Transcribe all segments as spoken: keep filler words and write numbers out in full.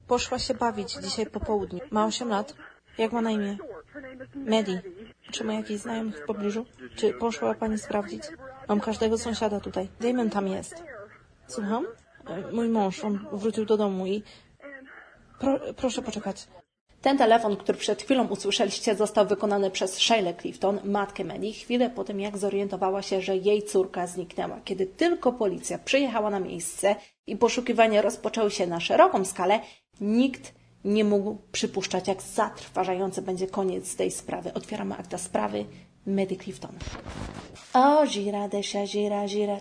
Poszła się bawić dzisiaj po południu. Ma osiem lat. Jak ma na imię? Maddie. Czy ma jakiś znajomych w pobliżu? Czy poszła pani sprawdzić? Mam każdego sąsiada tutaj. Damon tam jest. Słucham? Mój mąż, on wrócił do domu i... Pro, proszę poczekać. Ten telefon, który przed chwilą usłyszeliście, został wykonany przez Shaylę Clifton, matkę Maddie, chwilę po tym, jak zorientowała się, że jej córka zniknęła. Kiedy tylko policja przyjechała na miejsce i poszukiwania rozpoczęły się na szeroką skalę, nikt nie mógł przypuszczać, jak zatrważający będzie koniec tej sprawy. Otwieramy akta sprawy Maddie Clifton. O, gira, desia, gira, gira.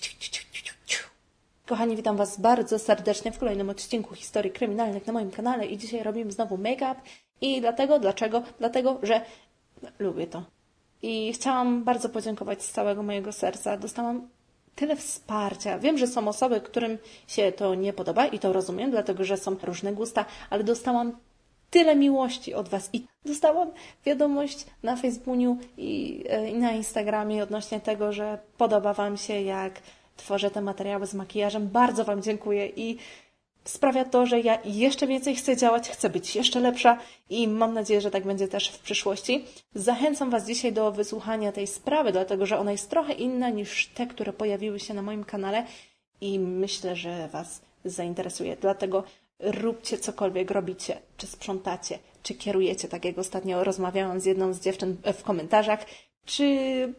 Kochani, witam Was bardzo serdecznie w kolejnym odcinku Historii Kryminalnych na moim kanale i dzisiaj robimy znowu make-up i dlatego, dlaczego? Dlatego, że lubię to. I chciałam bardzo podziękować z całego mojego serca. Dostałam tyle wsparcia. Wiem, że są osoby, którym się to nie podoba i to rozumiem, dlatego, że są różne gusta, ale dostałam tyle miłości od Was i dostałam wiadomość na Facebooku i, i na Instagramie odnośnie tego, że podoba Wam się, jak tworzę te materiały z makijażem. Bardzo Wam dziękuję i sprawia to, że ja jeszcze więcej chcę działać, chcę być jeszcze lepsza i mam nadzieję, że tak będzie też w przyszłości. Zachęcam Was dzisiaj do wysłuchania tej sprawy, dlatego że ona jest trochę inna niż te, które pojawiły się na moim kanale i myślę, że Was zainteresuje. Dlatego róbcie cokolwiek robicie, czy sprzątacie, czy kierujecie, tak jak ostatnio rozmawiałam z jedną z dziewczyn w komentarzach, czy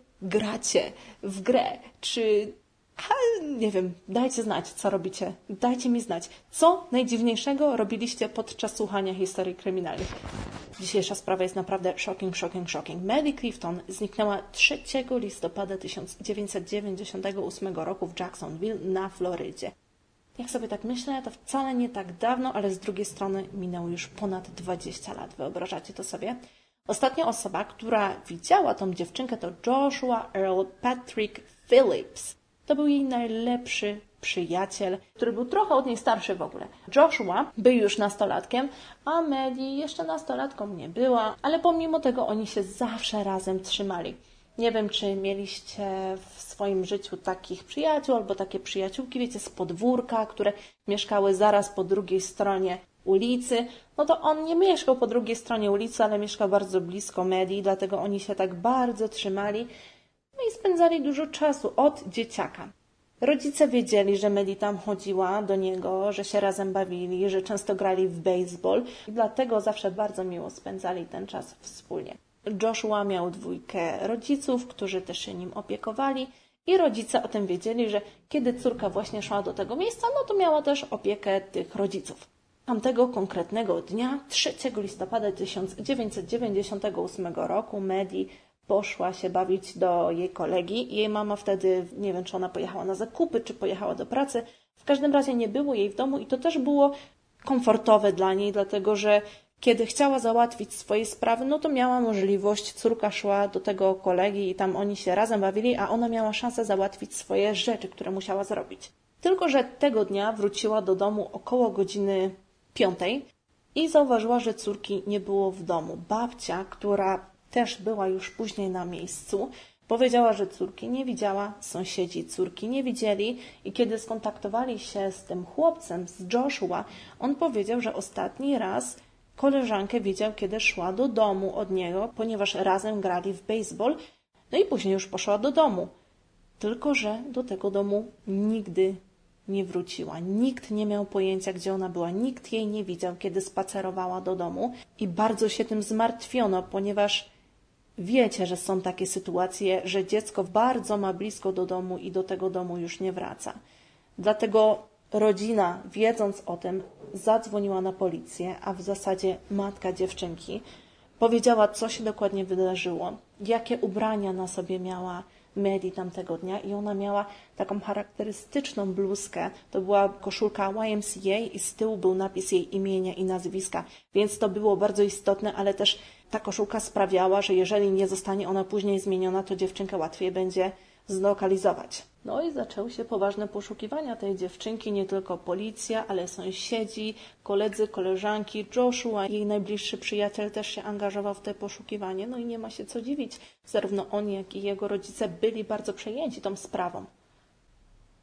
gracie w grę, czy... A, nie wiem, dajcie znać, co robicie. Dajcie mi znać, co najdziwniejszego robiliście podczas słuchania historii kryminalnych. Dzisiejsza sprawa jest naprawdę shocking, shocking, shocking. Maddie Clifton zniknęła trzeciego listopada tysiąc dziewięćset dziewięćdziesiątego ósmego roku w Jacksonville na Florydzie. Jak sobie tak myślę, to wcale nie tak dawno, ale z drugiej strony minęło już ponad dwadzieścia lat. Wyobrażacie to sobie? Ostatnia osoba, która widziała tą dziewczynkę, to Joshua Earl Patrick Phillips. To był jej najlepszy przyjaciel, który był trochę od niej starszy w ogóle. Joshua był już nastolatkiem, a Maddie jeszcze nastolatką nie była, ale pomimo tego oni się zawsze razem trzymali. Nie wiem, czy mieliście w swoim życiu takich przyjaciół albo takie przyjaciółki, wiecie, z podwórka, które mieszkały zaraz po drugiej stronie ulicy. No to on nie mieszkał po drugiej stronie ulicy, ale mieszkał bardzo blisko Maddie, dlatego oni się tak bardzo trzymali. No i spędzali dużo czasu od dzieciaka. Rodzice wiedzieli, że Maddie tam chodziła do niego, że się razem bawili, że często grali w baseball i dlatego zawsze bardzo miło spędzali ten czas wspólnie. Joshua miał dwójkę rodziców, którzy też się nim opiekowali i rodzice o tym wiedzieli, że kiedy córka właśnie szła do tego miejsca, no to miała też opiekę tych rodziców. Tamtego konkretnego dnia, trzeciego listopada tysiąc dziewięćset dziewięćdziesiątego ósmego roku, Maddie poszła się bawić do jej kolegi. Jej mama wtedy, nie wiem, czy ona pojechała na zakupy, czy pojechała do pracy. W każdym razie nie było jej w domu i to też było komfortowe dla niej, dlatego że kiedy chciała załatwić swoje sprawy, no to miała możliwość, córka szła do tego kolegi i tam oni się razem bawili, a ona miała szansę załatwić swoje rzeczy, które musiała zrobić. Tylko że tego dnia wróciła do domu około godziny piątej i zauważyła, że córki nie było w domu. Babcia, która też była już później na miejscu, powiedziała, że córki nie widziała, sąsiedzi córki nie widzieli i kiedy skontaktowali się z tym chłopcem, z Joshua, on powiedział, że ostatni raz koleżankę widział, kiedy szła do domu od niego, ponieważ razem grali w baseball, no i później już poszła do domu. Tylko że do tego domu nigdy nie wróciła. Nikt nie miał pojęcia, gdzie ona była. Nikt jej nie widział, kiedy spacerowała do domu i bardzo się tym zmartwiono, ponieważ wiecie, że są takie sytuacje, że dziecko bardzo ma blisko do domu i do tego domu już nie wraca. Dlatego rodzina, wiedząc o tym, zadzwoniła na policję, a w zasadzie matka dziewczynki powiedziała, co się dokładnie wydarzyło, jakie ubrania na sobie miała Maddie tamtego dnia i ona miała taką charakterystyczną bluzkę. To była koszulka Y M C A i z tyłu był napis jej imienia i nazwiska, więc to było bardzo istotne, ale też ta koszulka sprawiała, że jeżeli nie zostanie ona później zmieniona, to dziewczynkę łatwiej będzie zlokalizować. No i zaczęły się poważne poszukiwania tej dziewczynki, nie tylko policja, ale sąsiedzi, koledzy, koleżanki, Joshua, jej najbliższy przyjaciel też się angażował w te poszukiwanie. No i nie ma się co dziwić, zarówno on, jak i jego rodzice byli bardzo przejęci tą sprawą.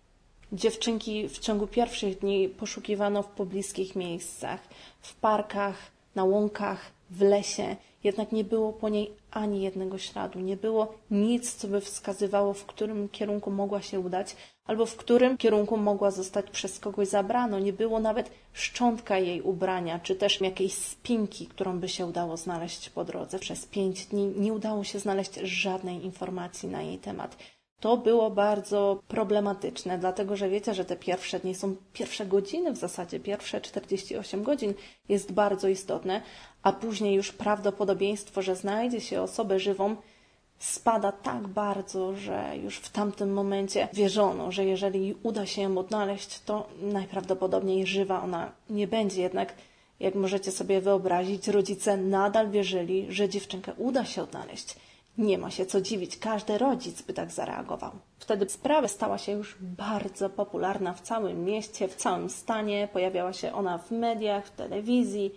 Dziewczynki w ciągu pierwszych dni poszukiwano w pobliskich miejscach, w parkach, na łąkach, w lesie, jednak nie było po niej ani jednego śladu. Nie było nic, co by wskazywało, w którym kierunku mogła się udać, albo w którym kierunku mogła zostać przez kogoś zabrano. Nie było nawet szczątka jej ubrania, czy też jakiejś spinki, którą by się udało znaleźć po drodze. Przez pięć dni nie udało się znaleźć żadnej informacji na jej temat. To było bardzo problematyczne, dlatego że wiecie, że te pierwsze dni są pierwsze godziny w zasadzie, pierwsze czterdzieści osiem godzin jest bardzo istotne, a później już prawdopodobieństwo, że znajdzie się osobę żywą, spada tak bardzo, że już w tamtym momencie wierzono, że jeżeli uda się ją odnaleźć, to najprawdopodobniej żywa ona nie będzie. Jednak, jak możecie sobie wyobrazić, rodzice nadal wierzyli, że dziewczynkę uda się odnaleźć. Nie ma się co dziwić, każdy rodzic by tak zareagował. Wtedy sprawa stała się już bardzo popularna w całym mieście, w całym stanie. Pojawiała się ona w mediach, w telewizji.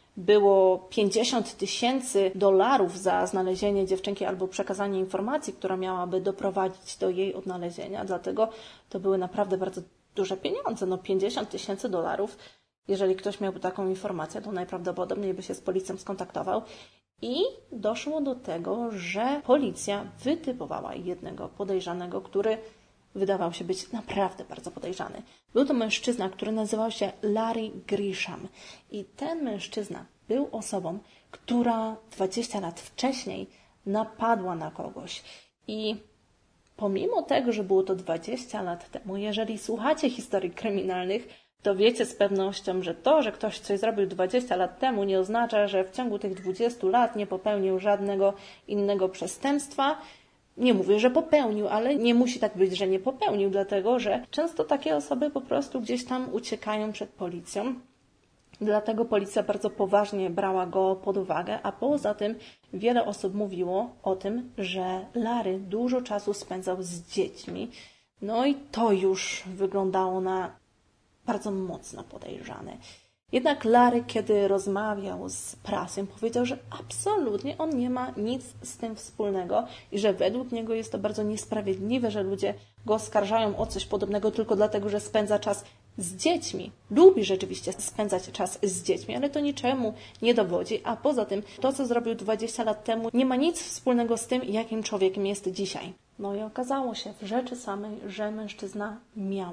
Było pięćdziesiąt tysięcy dolarów za znalezienie dziewczynki albo przekazanie informacji, która miałaby doprowadzić do jej odnalezienia. Dlatego to były naprawdę bardzo duże pieniądze. No pięćdziesiąt tysięcy dolarów. Jeżeli ktoś miałby taką informację, to najprawdopodobniej by się z policją skontaktował. I doszło do tego, że policja wytypowała jednego podejrzanego, który wydawał się być naprawdę bardzo podejrzany. Był to mężczyzna, który nazywał się Larry Grisham. I ten mężczyzna był osobą, która dwadzieścia lat wcześniej napadła na kogoś. I pomimo tego, że było to dwadzieścia lat temu, jeżeli słuchacie historii kryminalnych, to wiecie z pewnością, że to, że ktoś coś zrobił dwadzieścia lat temu, nie oznacza, że w ciągu tych dwudziestu lat nie popełnił żadnego innego przestępstwa. Nie mówię, że popełnił, ale nie musi tak być, że nie popełnił, dlatego że często takie osoby po prostu gdzieś tam uciekają przed policją. Dlatego policja bardzo poważnie brała go pod uwagę, a poza tym wiele osób mówiło o tym, że Larry dużo czasu spędzał z dziećmi. No i to już wyglądało na bardzo mocno podejrzane. Jednak Larry, kiedy rozmawiał z prasą, powiedział, że absolutnie on nie ma nic z tym wspólnego i że według niego jest to bardzo niesprawiedliwe, że ludzie go oskarżają o coś podobnego tylko dlatego, że spędza czas z dziećmi. Lubi rzeczywiście spędzać czas z dziećmi, ale to niczemu nie dowodzi, a poza tym to, co zrobił dwadzieścia lat temu, nie ma nic wspólnego z tym, jakim człowiekiem jest dzisiaj. No i okazało się w rzeczy samej, że mężczyzna miał.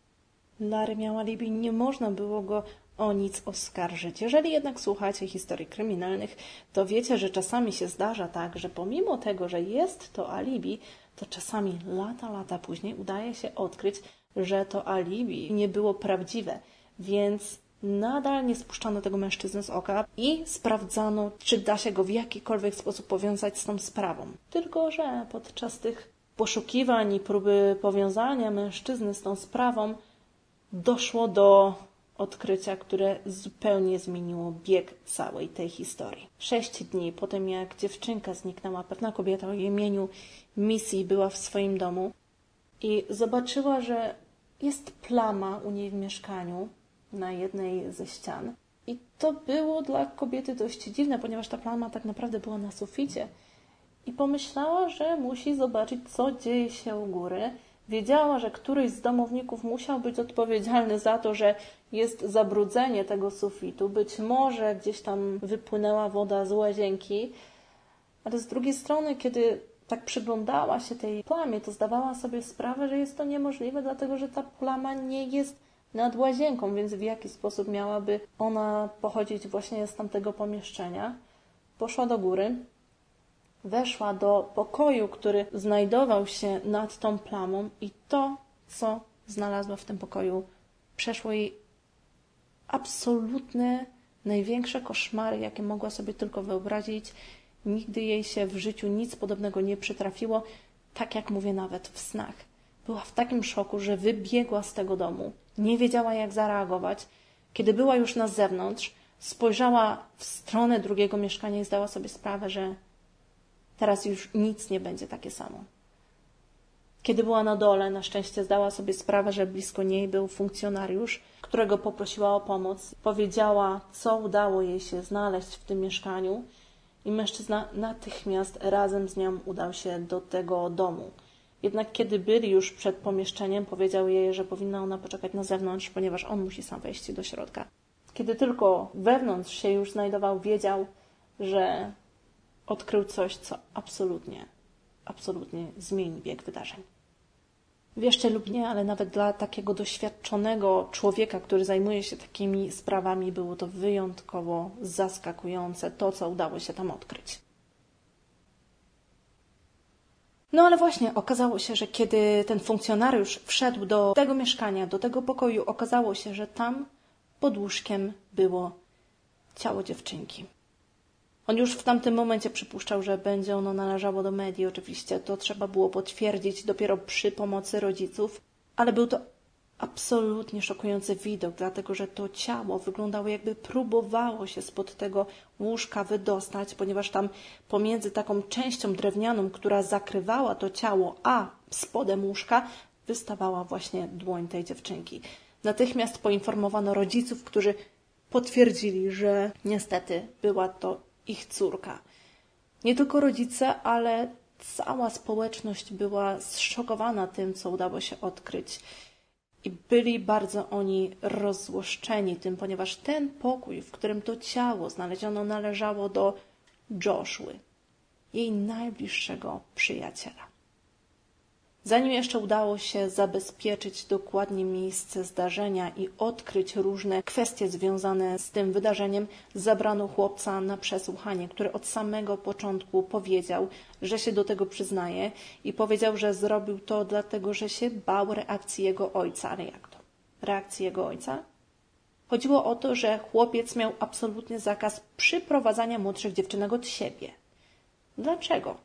Larry miał alibi, nie można było go o nic oskarżyć. Jeżeli jednak słuchacie historii kryminalnych, to wiecie, że czasami się zdarza tak, że pomimo tego, że jest to alibi, to czasami lata, lata później udaje się odkryć, że to alibi nie było prawdziwe, więc nadal nie spuszczano tego mężczyzny z oka i sprawdzano, czy da się go w jakikolwiek sposób powiązać z tą sprawą. Tylko że podczas tych poszukiwań i próby powiązania mężczyzny z tą sprawą doszło do odkrycia, które zupełnie zmieniło bieg całej tej historii. Sześć dni po tym, jak dziewczynka zniknęła, pewna kobieta o imieniu Missy była w swoim domu i zobaczyła, że jest plama u niej w mieszkaniu na jednej ze ścian. I to było dla kobiety dość dziwne, ponieważ ta plama tak naprawdę była na suficie. I pomyślała, że musi zobaczyć, co dzieje się u góry. Wiedziała, że któryś z domowników musiał być odpowiedzialny za to, że jest zabrudzenie tego sufitu. Być może gdzieś tam wypłynęła woda z łazienki, ale z drugiej strony, kiedy tak przyglądała się tej plamie, to zdawała sobie sprawę, że jest to niemożliwe, dlatego że ta plama nie jest nad łazienką, więc w jaki sposób miałaby ona pochodzić właśnie z tamtego pomieszczenia. Poszła do góry. Weszła do pokoju, który znajdował się nad tą plamą i to, co znalazła w tym pokoju, przeszło jej absolutne, największe koszmary, jakie mogła sobie tylko wyobrazić. Nigdy jej się w życiu nic podobnego nie przytrafiło, tak jak mówię, nawet w snach. Była w takim szoku, że wybiegła z tego domu. Nie wiedziała, jak zareagować. Kiedy była już na zewnątrz, spojrzała w stronę drugiego mieszkania i zdała sobie sprawę, że teraz już nic nie będzie takie samo. Kiedy była na dole, na szczęście zdała sobie sprawę, że blisko niej był funkcjonariusz, którego poprosiła o pomoc. Powiedziała, co udało jej się znaleźć w tym mieszkaniu i mężczyzna natychmiast razem z nią udał się do tego domu. Jednak kiedy byli już przed pomieszczeniem, powiedział jej, że powinna ona poczekać na zewnątrz, ponieważ on musi sam wejść do środka. Kiedy tylko wewnątrz się już znajdował, wiedział, że odkrył coś, co absolutnie, absolutnie zmieni bieg wydarzeń. Wierzcie lub nie, ale nawet dla takiego doświadczonego człowieka, który zajmuje się takimi sprawami, było to wyjątkowo zaskakujące, to co udało się tam odkryć. No ale właśnie okazało się, że kiedy ten funkcjonariusz wszedł do tego mieszkania, do tego pokoju, okazało się, że tam pod łóżkiem było ciało dziewczynki. On już w tamtym momencie przypuszczał, że będzie ono należało do Medi. Oczywiście to trzeba było potwierdzić dopiero przy pomocy rodziców, ale był to absolutnie szokujący widok, dlatego że to ciało wyglądało, jakby próbowało się spod tego łóżka wydostać, ponieważ tam pomiędzy taką częścią drewnianą, która zakrywała to ciało, a spodem łóżka wystawała właśnie dłoń tej dziewczynki. Natychmiast poinformowano rodziców, którzy potwierdzili, że niestety była to ich córka. Nie tylko rodzice, ale cała społeczność była zszokowana tym, co udało się odkryć. I byli bardzo oni rozzłoszczeni tym, ponieważ ten pokój, w którym to ciało znaleziono, należało do Joshły, jej najbliższego przyjaciela. Zanim jeszcze udało się zabezpieczyć dokładnie miejsce zdarzenia i odkryć różne kwestie związane z tym wydarzeniem, zabrano chłopca na przesłuchanie, który od samego początku powiedział, że się do tego przyznaje i powiedział, że zrobił to dlatego, że się bał reakcji jego ojca. Ale jak to? Reakcji jego ojca? Chodziło o to, że chłopiec miał absolutny zakaz przyprowadzania młodszych dziewczynek od siebie. Dlaczego?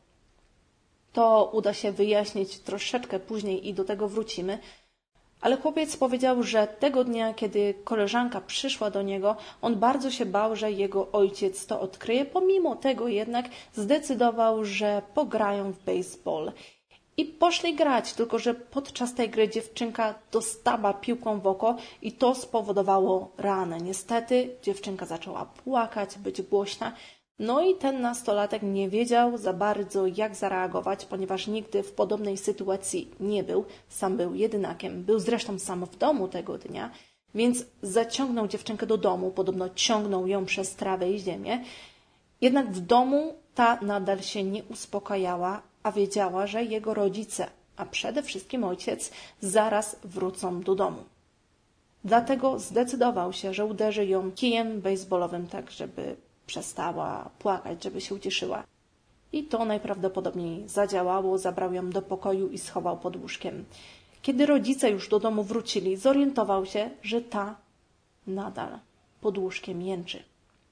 To uda się wyjaśnić troszeczkę później i do tego wrócimy. Ale chłopiec powiedział, że tego dnia, kiedy koleżanka przyszła do niego, on bardzo się bał, że jego ojciec to odkryje. Pomimo tego jednak zdecydował, że pograją w baseball. I poszli grać, tylko że podczas tej gry dziewczynka dostała piłką w oko i to spowodowało ranę. Niestety dziewczynka zaczęła płakać, być głośna. No i ten nastolatek nie wiedział za bardzo, jak zareagować, ponieważ nigdy w podobnej sytuacji nie był. Sam był jedynakiem, był zresztą sam w domu tego dnia, więc zaciągnął dziewczynkę do domu, podobno ciągnął ją przez trawę i ziemię. Jednak w domu ta nadal się nie uspokajała, a wiedziała, że jego rodzice, a przede wszystkim ojciec, zaraz wrócą do domu. Dlatego zdecydował się, że uderzy ją kijem baseballowym tak, żeby przestała płakać, żeby się ucieszyła. I to najprawdopodobniej zadziałało, zabrał ją do pokoju i schował pod łóżkiem. Kiedy rodzice już do domu wrócili, zorientował się, że ta nadal pod łóżkiem jęczy.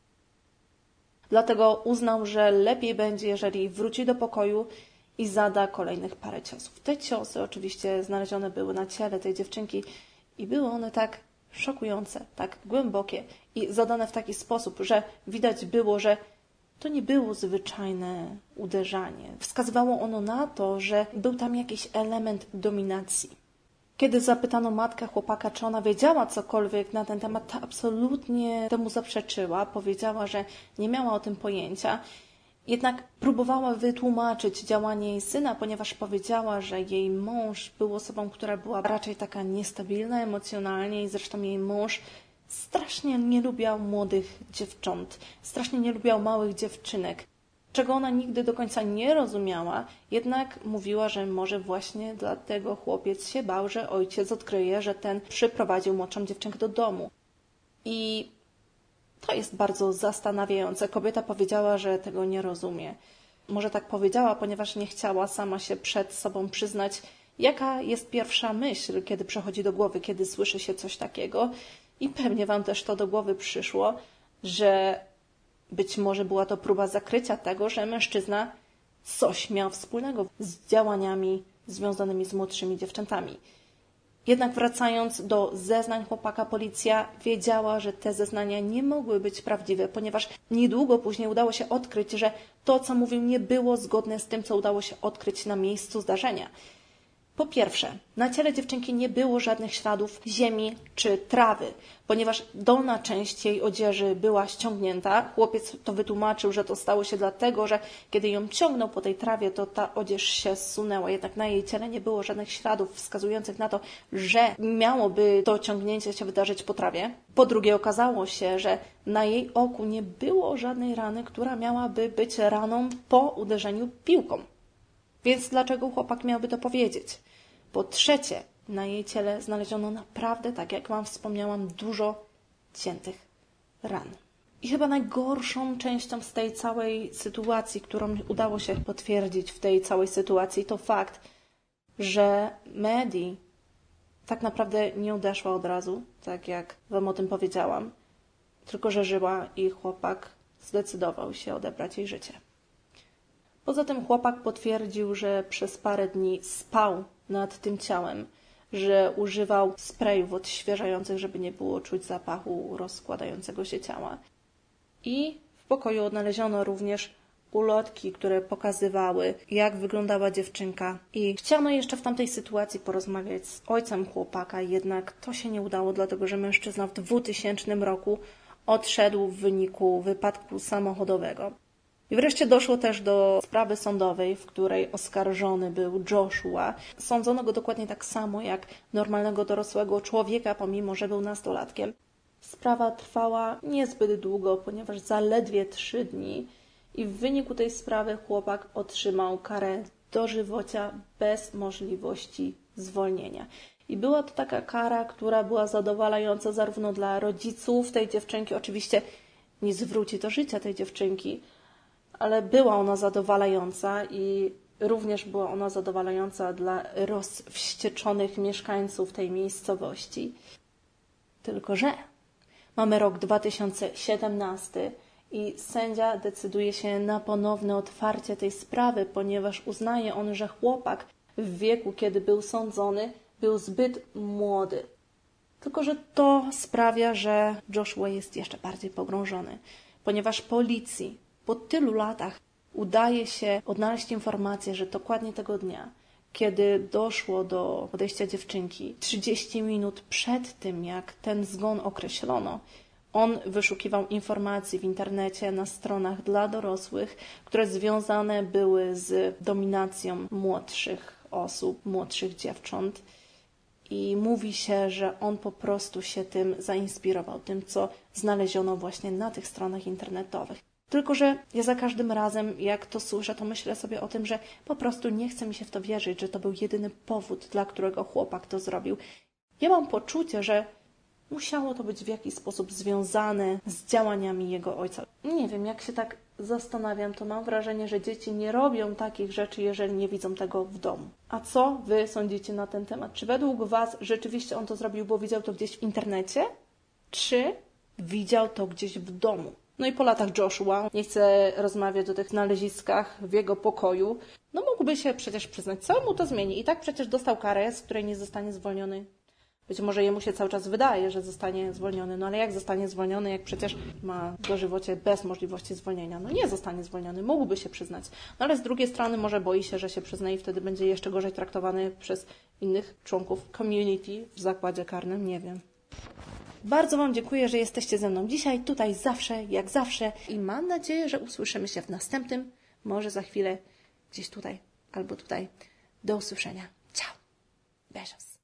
Dlatego uznał, że lepiej będzie, jeżeli wróci do pokoju i zada kolejnych parę ciosów. Te ciosy oczywiście znalezione były na ciele tej dziewczynki i były one tak szokujące, tak głębokie i zadane w taki sposób, że widać było, że to nie było zwyczajne uderzanie. Wskazywało ono na to, że był tam jakiś element dominacji. Kiedy zapytano matkę chłopaka, czy ona wiedziała cokolwiek na ten temat, ta absolutnie temu zaprzeczyła. Powiedziała, że nie miała o tym pojęcia. Jednak próbowała wytłumaczyć działanie jej syna, ponieważ powiedziała, że jej mąż był osobą, która była raczej taka niestabilna emocjonalnie i zresztą jej mąż strasznie nie lubiał młodych dziewcząt, strasznie nie lubiał małych dziewczynek, czego ona nigdy do końca nie rozumiała, jednak mówiła, że może właśnie dlatego chłopiec się bał, że ojciec odkryje, że ten przyprowadził młodszą dziewczynkę do domu. I to jest bardzo zastanawiające. Kobieta powiedziała, że tego nie rozumie. Może tak powiedziała, ponieważ nie chciała sama się przed sobą przyznać, jaka jest pierwsza myśl, kiedy przychodzi do głowy, kiedy słyszy się coś takiego. I pewnie wam też to do głowy przyszło, że być może była to próba zakrycia tego, że mężczyzna coś miał wspólnego z działaniami związanymi z młodszymi dziewczętami. Jednak wracając do zeznań chłopaka, policja wiedziała, że te zeznania nie mogły być prawdziwe, ponieważ niedługo później udało się odkryć, że to, co mówił, nie było zgodne z tym, co udało się odkryć na miejscu zdarzenia. Po pierwsze, na ciele dziewczynki nie było żadnych śladów ziemi czy trawy, ponieważ dolna część jej odzieży była ściągnięta. Chłopiec to wytłumaczył, że to stało się dlatego, że kiedy ją ciągnął po tej trawie, to ta odzież się zsunęła. Jednak na jej ciele nie było żadnych śladów wskazujących na to, że miałoby to ciągnięcie się wydarzyć po trawie. Po drugie, okazało się, że na jej oku nie było żadnej rany, która miałaby być raną po uderzeniu piłką. Więc dlaczego chłopak miałby to powiedzieć? Po trzecie, na jej ciele znaleziono naprawdę, tak jak Wam wspomniałam, dużo ciętych ran. I chyba najgorszą częścią z tej całej sytuacji, którą udało się potwierdzić w tej całej sytuacji, to fakt, że Maddie tak naprawdę nie odeszła od razu, tak jak Wam o tym powiedziałam, tylko że żyła i chłopak zdecydował się odebrać jej życie. Poza tym chłopak potwierdził, że przez parę dni spał nad tym ciałem, że używał sprayów odświeżających, żeby nie było czuć zapachu rozkładającego się ciała. I w pokoju odnaleziono również ulotki, które pokazywały, jak wyglądała dziewczynka. I chciano jeszcze w tamtej sytuacji porozmawiać z ojcem chłopaka, jednak to się nie udało, dlatego że mężczyzna w dwutysięcznym roku odszedł w wyniku wypadku samochodowego. I wreszcie doszło też do sprawy sądowej, w której oskarżony był Joshua. Sądzono go dokładnie tak samo jak normalnego dorosłego człowieka, pomimo że był nastolatkiem. Sprawa trwała niezbyt długo, ponieważ zaledwie trzy dni i w wyniku tej sprawy chłopak otrzymał karę dożywocia bez możliwości zwolnienia. I była to taka kara, która była zadowalająca zarówno dla rodziców tej dziewczynki, oczywiście nie zwróci to życia tej dziewczynki, ale była ona zadowalająca i również była ona zadowalająca dla rozwścieczonych mieszkańców tej miejscowości. Tylko że mamy rok dwa tysiące siedemnasty i sędzia decyduje się na ponowne otwarcie tej sprawy, ponieważ uznaje on, że chłopak w wieku, kiedy był sądzony, był zbyt młody. Tylko że to sprawia, że Joshua jest jeszcze bardziej pogrążony, ponieważ policji po tylu latach udaje się odnaleźć informację, że dokładnie tego dnia, kiedy doszło do podejścia dziewczynki, trzydzieści minut przed tym, jak ten zgon określono, on wyszukiwał informacji w internecie na stronach dla dorosłych, które związane były z dominacją młodszych osób, młodszych dziewcząt. I mówi się, że on po prostu się tym zainspirował, tym, co znaleziono właśnie na tych stronach internetowych. Tylko że ja za każdym razem, jak to słyszę, to myślę sobie o tym, że po prostu nie chce mi się w to wierzyć, że to był jedyny powód, dla którego chłopak to zrobił. Ja mam poczucie, że musiało to być w jakiś sposób związane z działaniami jego ojca. Nie wiem, jak się tak zastanawiam, to mam wrażenie, że dzieci nie robią takich rzeczy, jeżeli nie widzą tego w domu. A co Wy sądzicie na ten temat? Czy według Was rzeczywiście on to zrobił, bo widział to gdzieś w internecie? Czy widział to gdzieś w domu? No i po latach Joshua nie chce rozmawiać o tych znaleziskach w jego pokoju. No mógłby się przecież przyznać, co mu to zmieni. I tak przecież dostał karę, z której nie zostanie zwolniony. Być może jemu się cały czas wydaje, że zostanie zwolniony. No ale jak zostanie zwolniony, jak przecież ma dożywocie bez możliwości zwolnienia? No nie zostanie zwolniony, mógłby się przyznać. No ale z drugiej strony może boi się, że się przyzna i wtedy będzie jeszcze gorzej traktowany przez innych członków community w zakładzie karnym. Nie wiem. Bardzo Wam dziękuję, że jesteście ze mną dzisiaj, tutaj zawsze, jak zawsze i mam nadzieję, że usłyszymy się w następnym, może za chwilę gdzieś tutaj albo tutaj. Do usłyszenia. Ciao. Beijos.